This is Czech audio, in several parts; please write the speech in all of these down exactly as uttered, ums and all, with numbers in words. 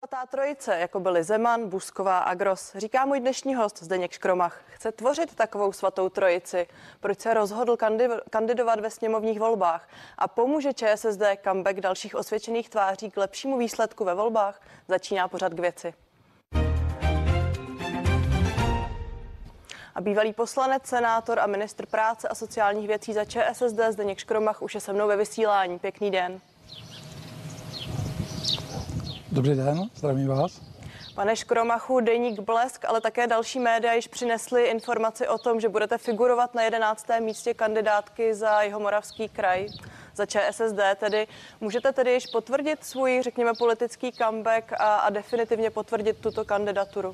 Svatá trojice, jako byli Zeman, Busková a Gross, říká můj dnešní host Zdeněk Škromach. Chce tvořit takovou svatou trojici. Proč se rozhodl kandidovat ve sněmovních volbách? A pomůže ČSSD comeback dalších osvědčených tváří k lepšímu výsledku ve volbách? Začíná pořad k věci. A bývalý poslanec, senátor a ministr práce a sociálních věcí za ČSSD Zdeněk Škromach už je se mnou ve vysílání. Pěkný den. Dobrý den, zdravím vás. Pane Škromachu, deník Blesk, ale také další média již přinesly informaci o tom, že budete figurovat na jedenáctém místě kandidátky za Jihomoravský kraj, za ČSSD tedy. Můžete tedy již potvrdit svůj, řekněme, politický comeback a, a definitivně potvrdit tuto kandidaturu?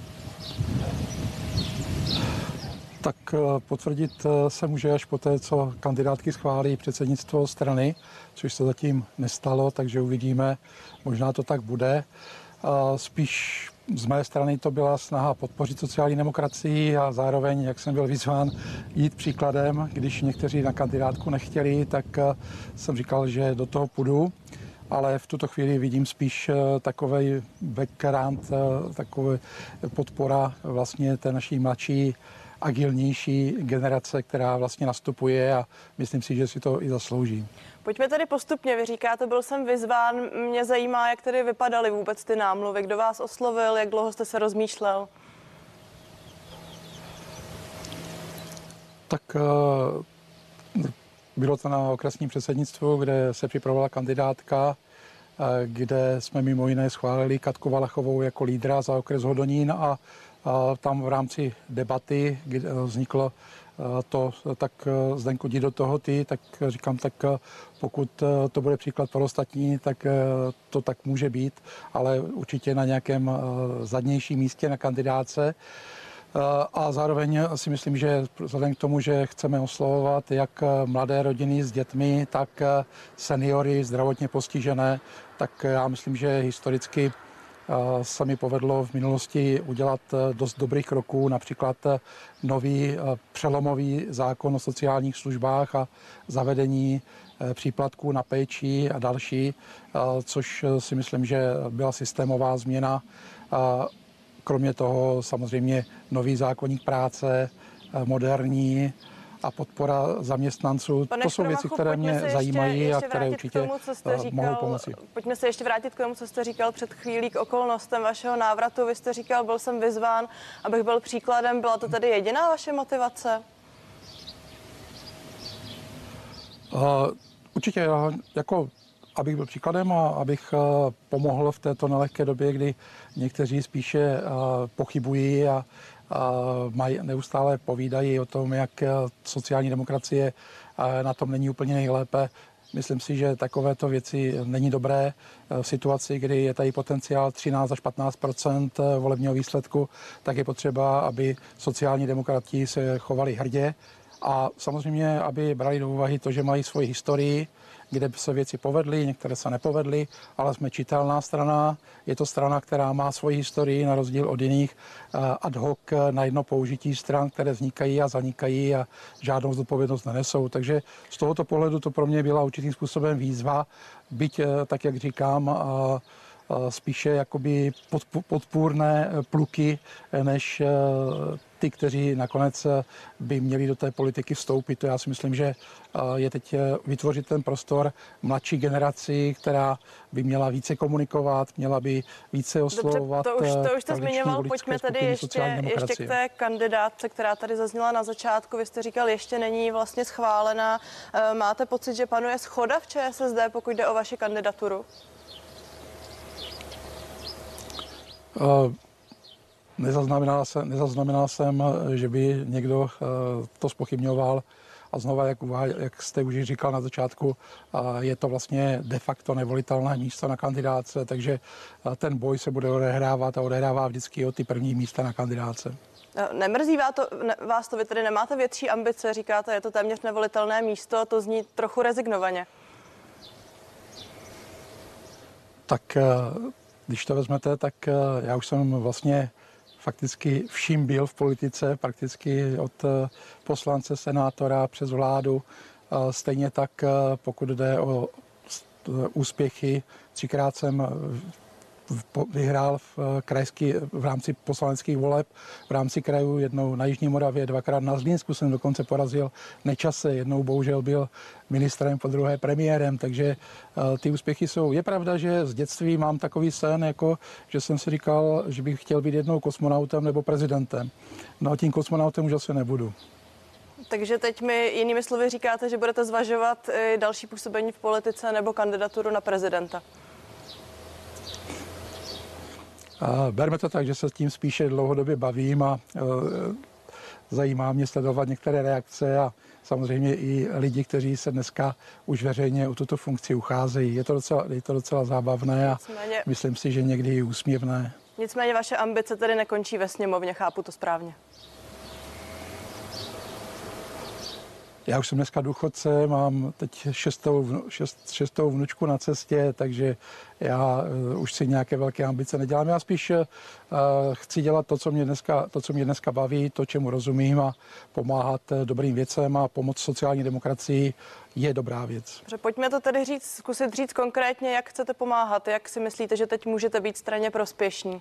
Tak potvrdit se může až poté, co kandidátky schválí předsednictvo strany, což se zatím nestalo, takže uvidíme, možná to tak bude. Spíš z mé strany to byla snaha podpořit sociální demokracii a zároveň, jak jsem byl vyzván, jít příkladem. Když někteří na kandidátku nechtěli, tak jsem říkal, že do toho půjdu. Ale v tuto chvíli vidím spíš takový background, taková podpora vlastně té naší mladší, agilnější generace, která vlastně nastupuje a myslím si, že si to i zaslouží. Pojďme tedy postupně. Vy říkáte, byl jsem vyzván. Mě zajímá, jak tedy vypadaly vůbec ty námluvy. Kdo vás oslovil, jak dlouho jste se rozmýšlel? Tak bylo to na okresním předsednictvu, kde se připravovala kandidátka, kde jsme mimo jiné schválili Katku Valachovou jako lídra za okres Hodonín a A tam v rámci debaty kde vzniklo to, tak Zdenku, jdi do toho ty, tak říkám, tak pokud to bude příklad pro ostatní, tak to tak může být, ale určitě na nějakém zadnějším místě na kandidáce. A zároveň si myslím, že vzhledem k tomu, že chceme oslovovat jak mladé rodiny s dětmi, tak seniory zdravotně postižené, tak já myslím, že historicky se mi povedlo v minulosti udělat dost dobrých kroků, například nový přelomový zákon o sociálních službách a zavedení příplatků na péči a další, což si myslím, že byla systémová změna. Kromě toho samozřejmě nový zákoník práce, moderní, a podpora zaměstnanců. Pane to jsou věci, které mě zajímají ještě, a které určitě tomu, říkal, mohou pomoci. Pojďme se ještě vrátit k tomu, co jste říkal před chvílí, k okolnostem vašeho návratu. Vy jste říkal, byl jsem vyzván, abych byl příkladem. Byla to tedy jediná vaše motivace? Uh, určitě, jako abych byl příkladem a abych uh, pomohl v této nelehké době, kdy někteří spíše uh, pochybují a mají, neustále povídají o tom, jak sociální demokracie na tom není úplně nejlépe. Myslím si, že takovéto věci není dobré v situaci, kdy je tady potenciál třináct až patnáct procent volebního výsledku, tak je potřeba, aby sociální demokrati se chovali hrdě a samozřejmě, aby brali do úvahy to, že mají svoji historii, kde se věci povedly, některé se nepovedly, ale jsme čitelná strana. Je to strana, která má svoji historii na rozdíl od jiných ad hoc na jedno použití stran, které vznikají a zanikají a žádnou zodpovědnost nenesou. Takže z tohoto pohledu to pro mě byla určitým způsobem výzva, byť, tak jak říkám, spíše jakoby podpůrné pluky, než ty, kteří nakonec by měli do té politiky vstoupit. To já si myslím, že je teď vytvořit ten prostor mladší generaci, která by měla více komunikovat, měla by více oslovovat. Dobře, to už, to už jste zmiňoval, pojďme tady ještě, ještě k té kandidátce, která tady zazněla na začátku. Vy jste říkal, ještě není vlastně schválena. Máte pocit, že panuje shoda v ČSSD, pokud jde o vaši kandidaturu? Uh, nezaznamenal, jsem, nezaznamenal jsem, že by někdo uh, to zpochybňoval. A znova, jak, jak jste už říkal na začátku, uh, je to vlastně de facto nevolitelné místo na kandidátce, takže uh, ten boj se bude odehrávat a odehrává vždycky o ty první místa na kandidátce. Nemrzí vás to, ne, vás to, vy tedy nemáte větší ambice, říkáte, je to téměř nevolitelné místo, to zní trochu rezignovaně. Tak uh, když to vezmete, tak já už jsem vlastně fakticky vším byl v politice, prakticky od poslance, senátora přes vládu. Stejně tak, pokud jde o úspěchy, třikrát jsem vyhrál v, krajský, v rámci poslaneckých voleb, v rámci krajů, jednou na Jižní Moravě, dvakrát na Zlínsku jsem dokonce porazil Nečase, jednou bohužel byl ministrem, po druhé premiérem, takže uh, ty úspěchy jsou. Je pravda, že z dětství mám takový sen, jako, že jsem si říkal, že bych chtěl být jednou kosmonautem nebo prezidentem. No a tím kosmonautem už asi nebudu. Takže teď mi jinými slovy říkáte, že budete zvažovat i další působení v politice nebo kandidaturu na prezidenta. A berme to tak, že se s tím spíše dlouhodobě bavím a e, zajímá mě sledovat některé reakce a samozřejmě i lidi, kteří se dneska už veřejně o tuto funkci ucházejí. Je to docela, je to docela zábavné a nicméně, myslím si, že někdy i úsměvné. Nicméně vaše ambice tedy nekončí ve sněmovně, chápu to správně. Já už jsem dneska důchodce, mám teď šestou, šest, šestou vnučku na cestě, takže já uh, už si nějaké velké ambice nedělám. Já spíš uh, chci dělat to co, mě dneska, to, co mě dneska baví, to, čemu rozumím a pomáhat uh, dobrým věcem a pomoc sociální demokracii je dobrá věc. Dobře, pojďme to tedy říct, zkusit říct konkrétně, jak chcete pomáhat, jak si myslíte, že teď můžete být straně prospěšní.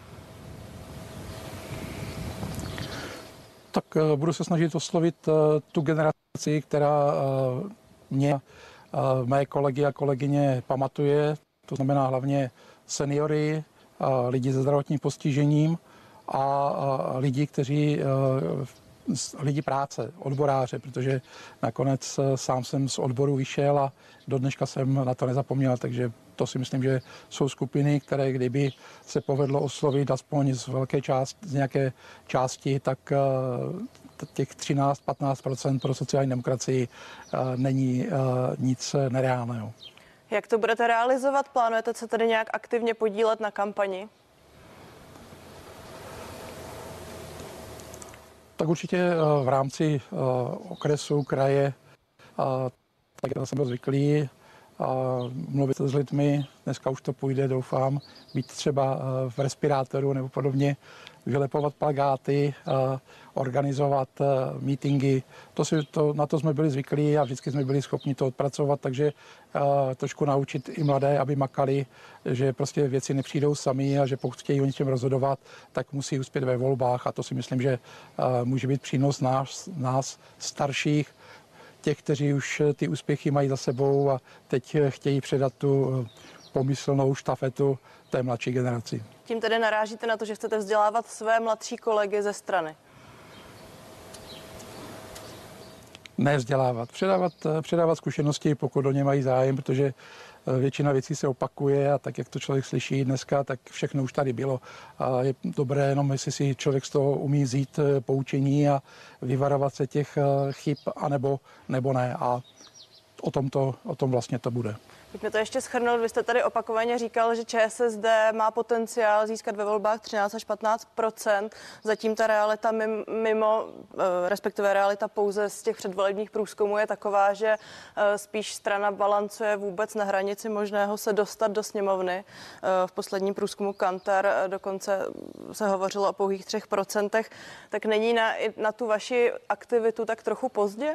Tak uh, budu se snažit oslovit uh, tu generaci, která uh, mě, uh, mé kolegy a kolegyně pamatuje, to znamená hlavně seniory, uh, lidi se zdravotním postižením a uh, lidi, kteří, uh, lidi práce, odboráře, protože nakonec uh, sám jsem z odboru vyšel a do dneška jsem na to nezapomněl, takže to si myslím, že jsou skupiny, které kdyby se povedlo oslovit aspoň z velké části, z nějaké části, tak uh, těch třináct až patnáct procent pro sociální demokracii uh, není uh, nic nereálného. Jak to budete realizovat? Plánujete se tedy nějak aktivně podílet na kampani? Tak určitě uh, v rámci uh, okresu, kraje, uh, tak jsem byl zvyklý, a mluvit s lidmi, dneska už to půjde, doufám, být třeba v respirátoru nebo podobně, vylepovat plakáty, organizovat mítingy. To si, to, na to jsme byli zvyklí a vždycky jsme byli schopni to odpracovat, takže trošku naučit i mladé, aby makali, že prostě věci nepřijdou sami a že pokud chtějí o něčem rozhodovat, tak musí uspět ve volbách a to si myslím, že může být přínos nás, nás starších, těch, kteří už ty úspěchy mají za sebou a teď chtějí předat tu pomyslnou štafetu té mladší generaci. Tím tedy narážíte na to, že chcete vzdělávat své mladší kolegy ze strany? Ne vzdělávat, předávat, předávat zkušenosti, pokud o ně mají zájem, protože většina věcí se opakuje a tak, jak to člověk slyší dneska, tak všechno už tady bylo. A je dobré jenom, jestli si člověk z toho umí vzít poučení a vyvarovat se těch chyb, anebo nebo ne. A o tom, to, o tom vlastně to bude. Pojďme to ještě shrnout. Vy jste tady opakovaně říkal, že ČSSD má potenciál získat ve volbách třináct až patnáct procent. Zatím ta realita mimo, respektive realita pouze z těch předvolebních průzkumů je taková, že spíš strana balancuje vůbec na hranici možného se dostat do sněmovny. V posledním průzkumu Kantar dokonce se hovořilo o pouhých třech procentech. Tak není na, na tu vaši aktivitu tak trochu pozdě?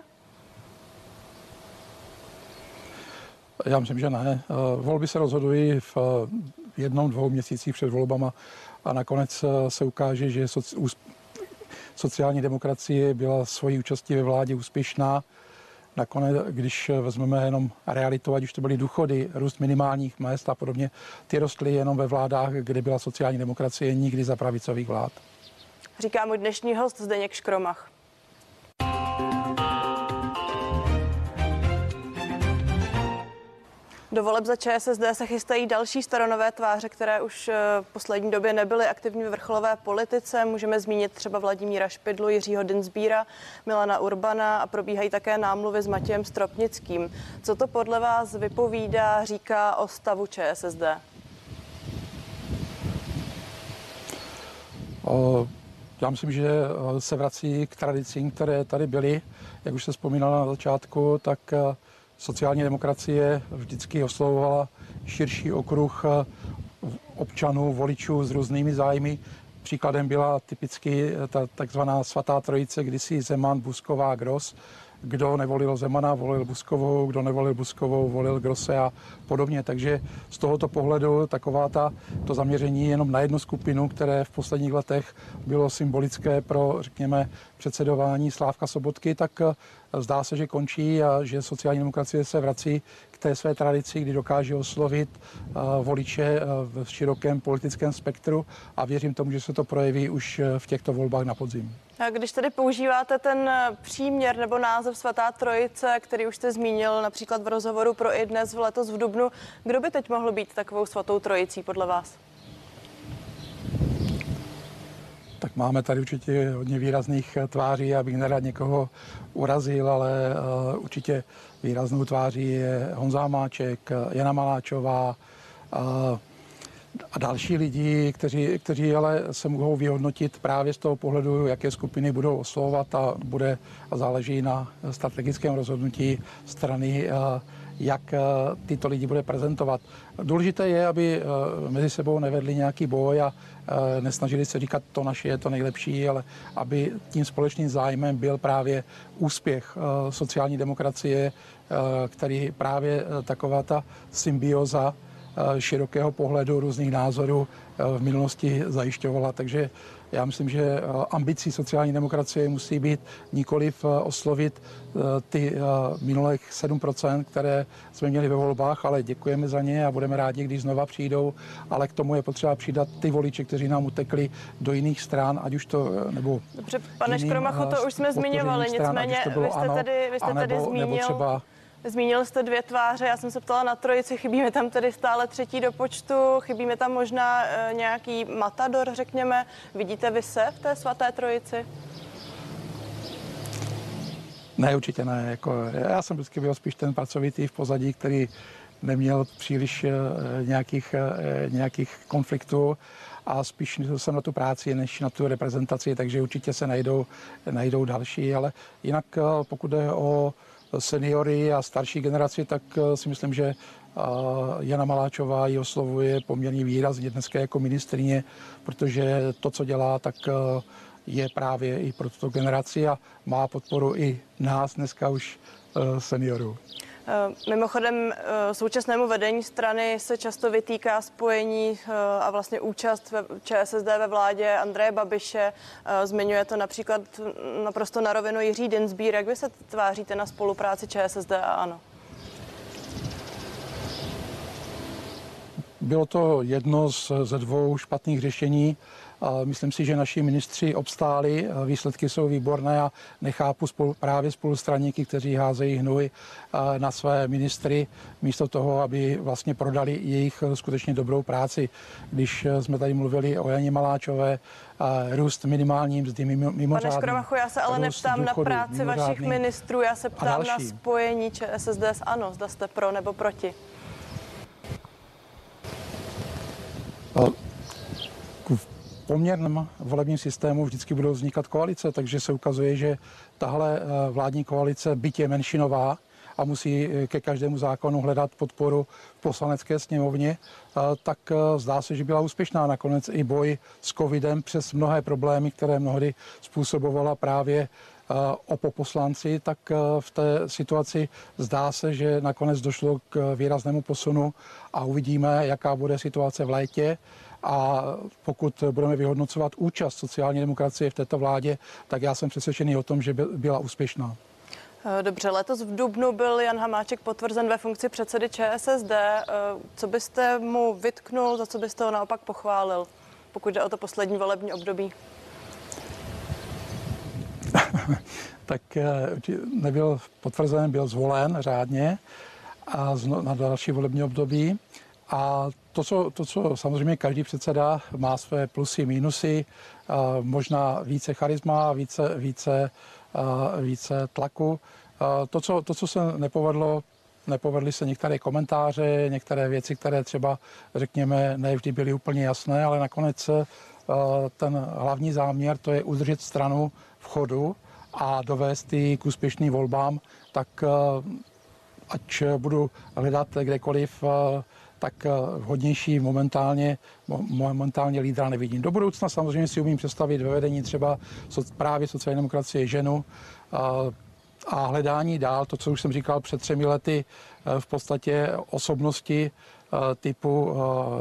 Já myslím, že ne. Volby se rozhodují v jednom, dvou měsících před volbama a nakonec se ukáže, že sociální demokracie byla svojí účastí ve vládě úspěšná. Nakonec, když vezmeme jenom realitu, ať už to byly důchody, růst minimálních mezd a podobně, ty rostly jenom ve vládách, kde byla sociální demokracie, nikdy za pravicových vlád. Říká můj dnešní host Zdeněk Škromach. Do voleb za ČSSD se chystají další staronové tváře, které už v poslední době nebyly aktivní ve vrcholové politice. Můžeme zmínit třeba Vladimíra Špidlu, Jiřího Dienstbiera, Milana Urbana a probíhají také námluvy s Matějem Stropnickým. Co to podle vás vypovídá, říká o stavu ČSSD? O, já myslím, že se vrací k tradicím, které tady byly. Jak už se vzpomínala na začátku, tak sociální demokracie vždycky oslovovala širší okruh občanů, voličů s různými zájmy. Příkladem byla typicky ta takzvaná svatá trojice, kdysi Zeman, Busková, Gross, kdo nevolil Zemana, volil Buzkovou, kdo nevolil Buzkovou, volil Grosse a podobně. Takže z tohoto pohledu taková ta, to zaměření jenom na jednu skupinu, které v posledních letech bylo symbolické pro, řekněme, předsedování Slávka Sobotky, tak zdá se, že končí a že sociální demokracie se vrací k té své tradici, kdy dokáže oslovit voliče v širokém politickém spektru a věřím tomu, že se to projeví už v těchto volbách na podzim. A když tedy používáte ten příměr nebo název Svatá Trojice, který už jste zmínil například v rozhovoru pro i dnes v letos v dubnu, kdo by teď mohl být takovou Svatou Trojicí podle vás? Tak máme tady určitě hodně výrazných tváří, abych nerad někoho urazil, ale uh, určitě výraznou tváří je Honza Hamáček, Jana Maláčová uh, a další lidi, kteří, kteří ale se mohou vyhodnotit právě z toho pohledu, jaké skupiny budou oslovovat a bude a záleží na strategickém rozhodnutí strany, uh, jak tyto lidi bude prezentovat. Důležité je, aby mezi sebou nevedli nějaký boj a nesnažili se říkat, to naše je to nejlepší, ale aby tím společným zájmem byl právě úspěch sociální demokracie, který právě taková ta symbioza širokého pohledu různých názorů v minulosti zajišťovala. Takže já myslím, že ambicí sociální demokracie musí být nikoliv oslovit ty minulých sedm procent, které jsme měli ve volbách, ale děkujeme za ně a budeme rádi, když znova přijdou, ale k tomu je potřeba přidat ty voliče, kteří nám utekli do jiných stran, ať už to, nebo Dobře, pane Škromacho, to už jsme zmiňovali, stran, nicméně bylo, vy jste ano, tedy, vy jste anebo, tedy zmínil... Nebo třeba Zmínil jste dvě tváře, já jsem se ptala na trojici, chybí mi tam tedy stále třetí do počtu, chybí mi tam možná e, nějaký matador, řekněme. Vidíte vy se v té Svaté Trojici? Ne, určitě ne. Jako, já jsem vždycky byl spíš ten pracovitý v pozadí, který neměl příliš e, nějakých, e, nějakých konfliktů a spíš jsem na tu práci, než na tu reprezentaci, takže určitě se najdou, najdou další, ale jinak pokud jde o seniory a starší generaci, tak si myslím, že Jana Maláčová ji oslovuje poměrně výrazně dneska jako ministryně, protože to, co dělá, tak je právě i pro tuto generaci a má podporu i nás dneska už seniorů. Mimochodem současnému vedení strany se často vytýká spojení a vlastně účast ve ČSSD ve vládě Andreje Babiše. Zmiňuje to například naprosto na rovinu Jiří Dienstbier. Jak vy se tváříte na spolupráci ČSSD a ANO? Bylo to jedno z, ze dvou špatných řešení. Myslím si, že naši ministři obstáli, výsledky jsou výborné a nechápu spolu, právě spolustraníky, kteří házejí hnůj na své ministry, místo toho, aby vlastně prodali jejich skutečně dobrou práci. Když jsme tady mluvili o Janě Maláčové, růst minimální mzdy mimořádný. Pane Škromachu, já se ale neptám na práci vašich ministrů, já se ptám na spojení ČSSD s ANO. Zda jste pro nebo proti? V poměrném volebním systému vždycky budou vznikat koalice, takže se ukazuje, že tahle vládní koalice, byť je menšinová a musí ke každému zákonu hledat podporu v poslanecké sněmovně, tak zdá se, že byla úspěšná. Nakonec i boj s covidem přes mnohé problémy, které mnohdy způsobovala právě opoposlanci, tak v té situaci zdá se, že nakonec došlo k výraznému posunu a uvidíme, jaká bude situace v létě. A pokud budeme vyhodnocovat účast sociální demokracie v této vládě, tak já jsem přesvědčený o tom, že byla úspěšná. Dobře, letos v dubnu byl Jan Hamáček potvrzen ve funkci předsedy ČSSD. Co byste mu vytknul, za co byste ho naopak pochválil, pokud jde o to poslední volební období? Tak nebyl potvrzen, byl zvolen řádně a na další volební období. A to co, to, co samozřejmě každý předseda má své plusy, mínusy, možná více charisma, více, více, více tlaku. To co, to, co se nepovedlo, nepovedly se některé komentáře, některé věci, které třeba, řekněme, ne vždy byly úplně jasné, ale nakonec ten hlavní záměr, to je udržet stranu v chodu a dovést ji k úspěšným volbám, tak ať budu hledat kdekoliv, tak hodnější momentálně, momentálně lídra nevidím. Do budoucna samozřejmě si umím představit ve vedení třeba právě sociální demokracie ženu, a hledání dál, to, co už jsem říkal před třemi lety, v podstatě osobnosti typu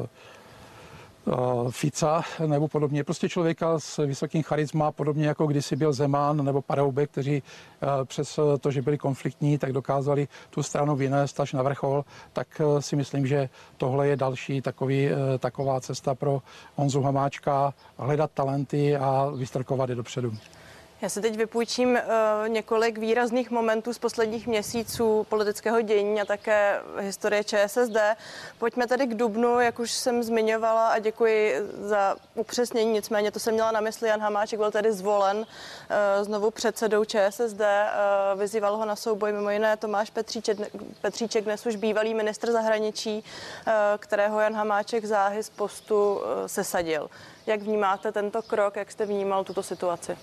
Fica nebo podobně. Prostě člověka s vysokým charisma, podobně jako kdysi byl Zeman nebo Paroubek, kteří přes to, že byli konfliktní, tak dokázali tu stranu vynést až na vrchol, tak si myslím, že tohle je další takový, taková cesta pro Honzu Hamáčka, hledat talenty a vystrkovat je dopředu. Já si teď vypůjčím uh, několik výrazných momentů z posledních měsíců politického dění a také historie ČSSD. Pojďme tedy k dubnu, jak už jsem zmiňovala, a děkuji za upřesnění. Nicméně to jsem měla na mysli. Jan Hamáček byl tedy zvolen uh, znovu předsedou ČSSD. Uh, vyzýval ho na souboj mimo jiné Tomáš Petříček, Petříček, dnes už bývalý ministr zahraničí, uh, kterého Jan Hamáček záhy z postu uh, sesadil. Jak vnímáte tento krok, jak jste vnímal tuto situaci?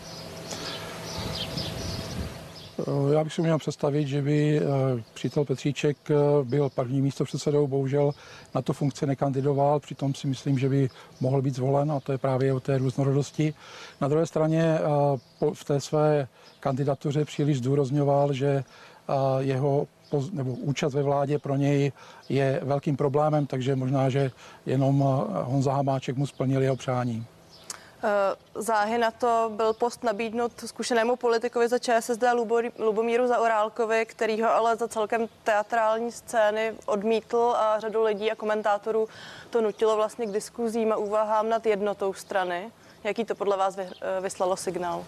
Já bych si měl představit, že by přítel Petříček byl první místopředsedou, bohužel na tu funkci nekandidoval, přitom si myslím, že by mohl být zvolen, a to je právě o té různorodosti. Na druhé straně v té své kandidatuře příliš zdůrazňoval, že jeho nebo účast ve vládě pro něj je velkým problémem, takže možná, že jenom Honza Hamáček mu splnil jeho přání. Záhy na to byl post nabídnut zkušenému politikovi za ČSSD Lubomíru Zaorálkovi, který ho ale za celkem teatrální scény odmítl a řadu lidí a komentátorů to nutilo vlastně k diskuzím a úvahám nad jednotou strany. Jaký to podle vás vyslalo signál?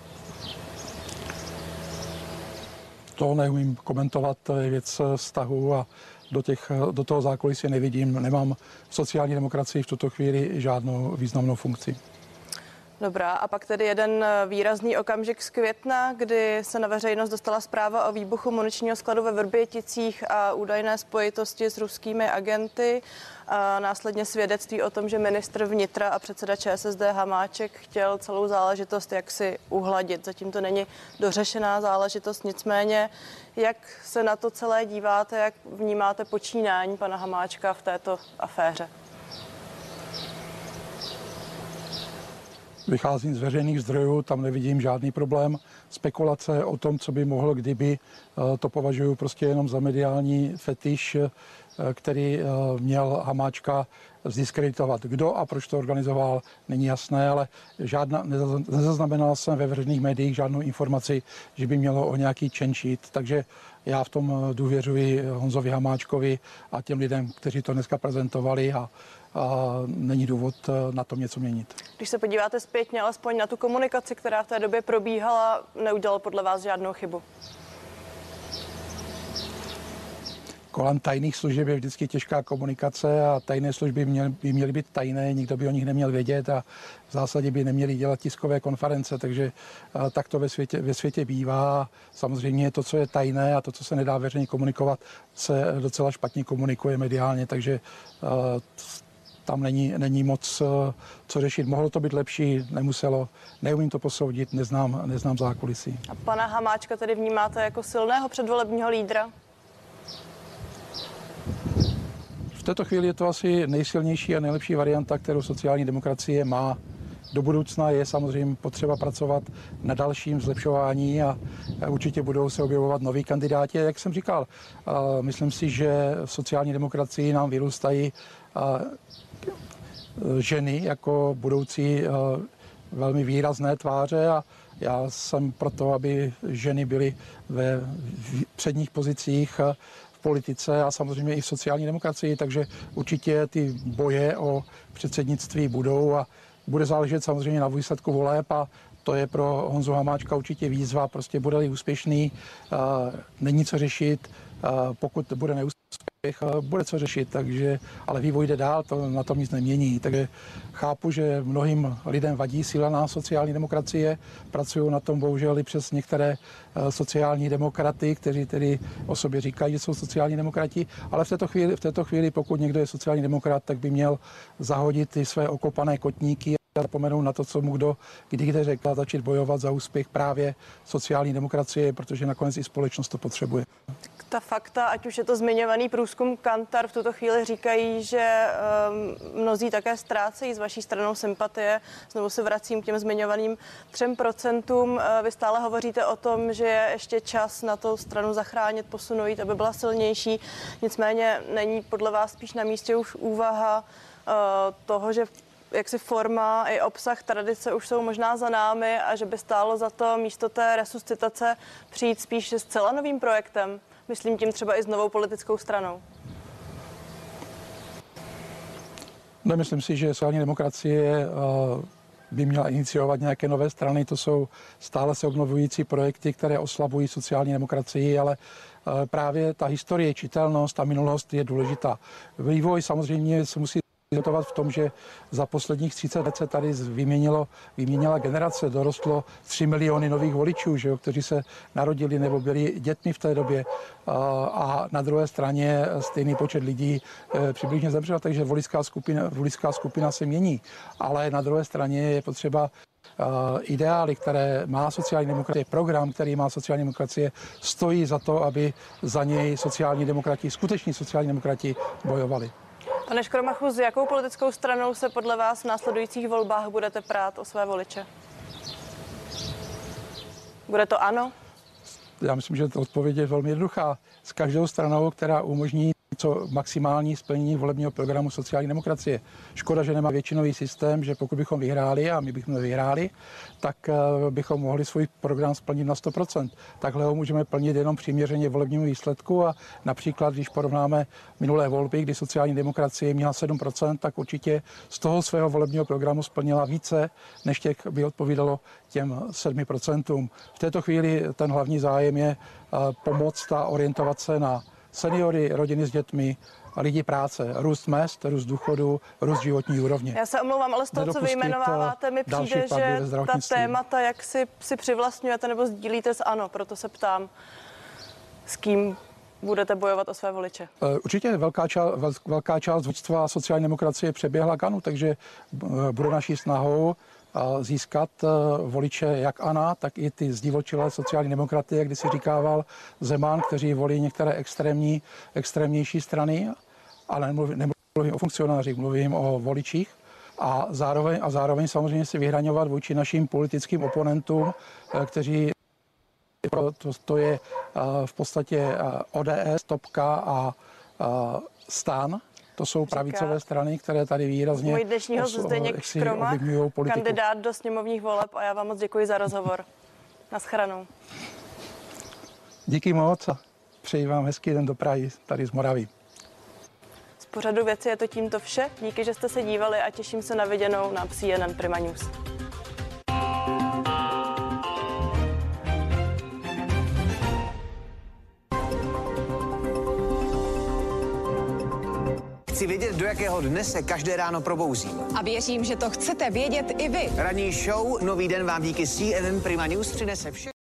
To neumím komentovat, to je věc vztahu a do, těch, do toho zákulisí nevidím. Nemám v sociální demokracii v tuto chvíli žádnou významnou funkci. Dobrá, a pak tedy jeden výrazný okamžik z května, kdy se na veřejnost dostala zpráva o výbuchu muničního skladu ve Vrběticích a údajné spojitosti s ruskými agenty. A následně svědectví o tom, že ministr vnitra a předseda ČSSD Hamáček chtěl celou záležitost jaksi uhladit. Zatím to není dořešená záležitost, nicméně jak se na to celé díváte, jak vnímáte počínání pana Hamáčka v této aféře? Vycházím z veřejných zdrojů, tam nevidím žádný problém. Spekulace o tom, co by mohlo, kdyby, to považuji prostě jenom za mediální fetiš, který měl Hamáčka zdiskreditovat. Kdo a proč to organizoval, není jasné, ale žádná, nezaznamenal jsem ve veřejných médiích žádnou informaci, že by mělo o nějaký čenčit, takže já v tom důvěřuji Honzovi Hamáčkovi a těm lidem, kteří to dneska prezentovali, a a není důvod na tom něco měnit. Když se podíváte zpětně alespoň na tu komunikaci, která v té době probíhala, neudělal podle vás žádnou chybu? Kolem tajných služeb je vždycky těžká komunikace a tajné služby měly, by měly být tajné, nikdo by o nich neměl vědět a v zásadě by neměli dělat tiskové konference, takže tak to ve světě, ve světě bývá. Samozřejmě to, co je tajné a to, co se nedá veřejně komunikovat, se docela špatně komunikuje mediálně, takže tam není, není moc co řešit. Mohlo to být lepší, nemuselo, neumím to posoudit, neznám, neznám zákulisí. A pana Hamáčka tedy vnímáte jako silného předvolebního lídra? V této chvíli je to asi nejsilnější a nejlepší varianta, kterou sociální demokracie má. Do budoucna je samozřejmě potřeba pracovat na dalším zlepšování a určitě budou se objevovat noví kandidáti. Jak jsem říkal, myslím si, že v sociální demokracii nám vyrůstají ženy jako budoucí velmi výrazné tváře a já jsem proto, aby ženy byly ve předních pozicích v politice a samozřejmě i v sociální demokracii, takže určitě ty boje o předsednictví budou a bude záležet samozřejmě na výsledku voleb a to je pro Honzu Hamáčka určitě výzva, prostě bude-li úspěšný, není co řešit, pokud bude neúspěch, bude co řešit, takže, ale vývoj jde dál, to na tom nic nemění, takže chápu, že mnohým lidem vadí síla sociální demokracie, pracují na tom bohužel i přes některé sociální demokraty, kteří tedy o sobě říkají, že jsou sociální demokrati, ale v této chvíli, v této chvíli pokud někdo je sociální demokrat, tak by měl zahodit ty své okopané kotníky a zapomenout na to, co mu kdo kdy kde řekl, a začít bojovat za úspěch právě sociální demokracie, protože nakonec i společnost to potřebuje. Ta fakta, ať už je to zmiňovaný průzkum Kantar, v tuto chvíli říkají, že um, mnozí také ztrácejí s vaší stranou sympatie. Znovu se vracím k těm zmiňovaným třem procentům. Vy stále hovoříte o tom, že je ještě čas na tu stranu zachránit, posunout, aby byla silnější. Nicméně není podle vás spíš na místě už úvaha uh, toho, že jaksi forma i obsah tradice už jsou možná za námi a že by stálo za to místo té resuscitace přijít spíš s zcela novým projektem? Myslím tím třeba i s novou politickou stranou. Nemyslím si, že sociální demokracie by měla iniciovat nějaké nové strany. To jsou stále se obnovující projekty, které oslabují sociální demokracii, ale právě ta historie, čitelnost a minulost je důležitá. Vývoj samozřejmě se musí diskutovat v tom, že za posledních třicet let se tady vyměnilo, vyměnila generace, dorostlo tři miliony nových voličů, že jo, kteří se narodili nebo byli dětmi v té době a na druhé straně stejný počet lidí přibližně zemřel, takže voličská skupina, voličská skupina se mění, ale na druhé straně je potřeba ideály, které má sociální demokracie, program, který má sociální demokracie, stojí za to, aby za něj sociální demokrati, skuteční sociální demokrati bojovali. Pane Škromachu, s jakou politickou stranou se podle vás v následujících volbách budete prát o své voliče? Bude to ANO? Já myslím, že odpověď je velmi jednoduchá. S každou stranou, která umožní co maximální splnění volebního programu sociální demokracie. Škoda, že nemá většinový systém, že pokud bychom vyhráli, a my bychom vyhráli, tak bychom mohli svůj program splnit na sto procent. Takhle ho můžeme plnit jenom přiměřeně volebnímu výsledku a například, když porovnáme minulé volby, kdy sociální demokracie měla sedm procent, tak určitě z toho svého volebního programu splnila více, než těch by odpovídalo těm sedmi procentům. V této chvíli ten hlavní zájem je pomoct a orientovat se na seniory, rodiny s dětmi, lidi práce, růst mezd, růst důchodu, růst životní úrovně. Já se omlouvám, ale z toho, co vyjmenováváte, mi přijde, že ta témata, jak si, si přivlastňujete nebo sdílíte s ANO, proto se ptám, s kým budete bojovat o své voliče. Určitě velká část, velká část vodstva sociální demokracie přeběhla k ANO, takže bude naší snahou získat voliče jak ANO, tak i ty zdivočilé sociální demokraty, jak kdysi říkával Zeman, kteří volí některé extrémní, extrémnější strany, ale nemluvím, nemluvím o funkcionářích, mluvím o voličích. A zároveň, a zároveň samozřejmě si vyhraňovat vůči našim politickým oponentům, kteří to, to je v podstatě O D S, Topka a STAN. To jsou pravicové strany, které tady výrazně Můj dnešní host Zdeněk Škromach, kandidát do sněmovních voleb, a já vám moc děkuji za rozhovor. Naschranou. Díky moc a přeji vám hezký den do Prahy tady z Moravy. Z pořadu Věci je to tímto vše. Díky, že jste se dívali a těším se na viděnou na C N N Prima News. Chci vědět, do jakého dne se každé ráno probouzím. A věřím, že to chcete vědět i vy. Ranní show Nový den vám díky C N N Prima News přinese vše.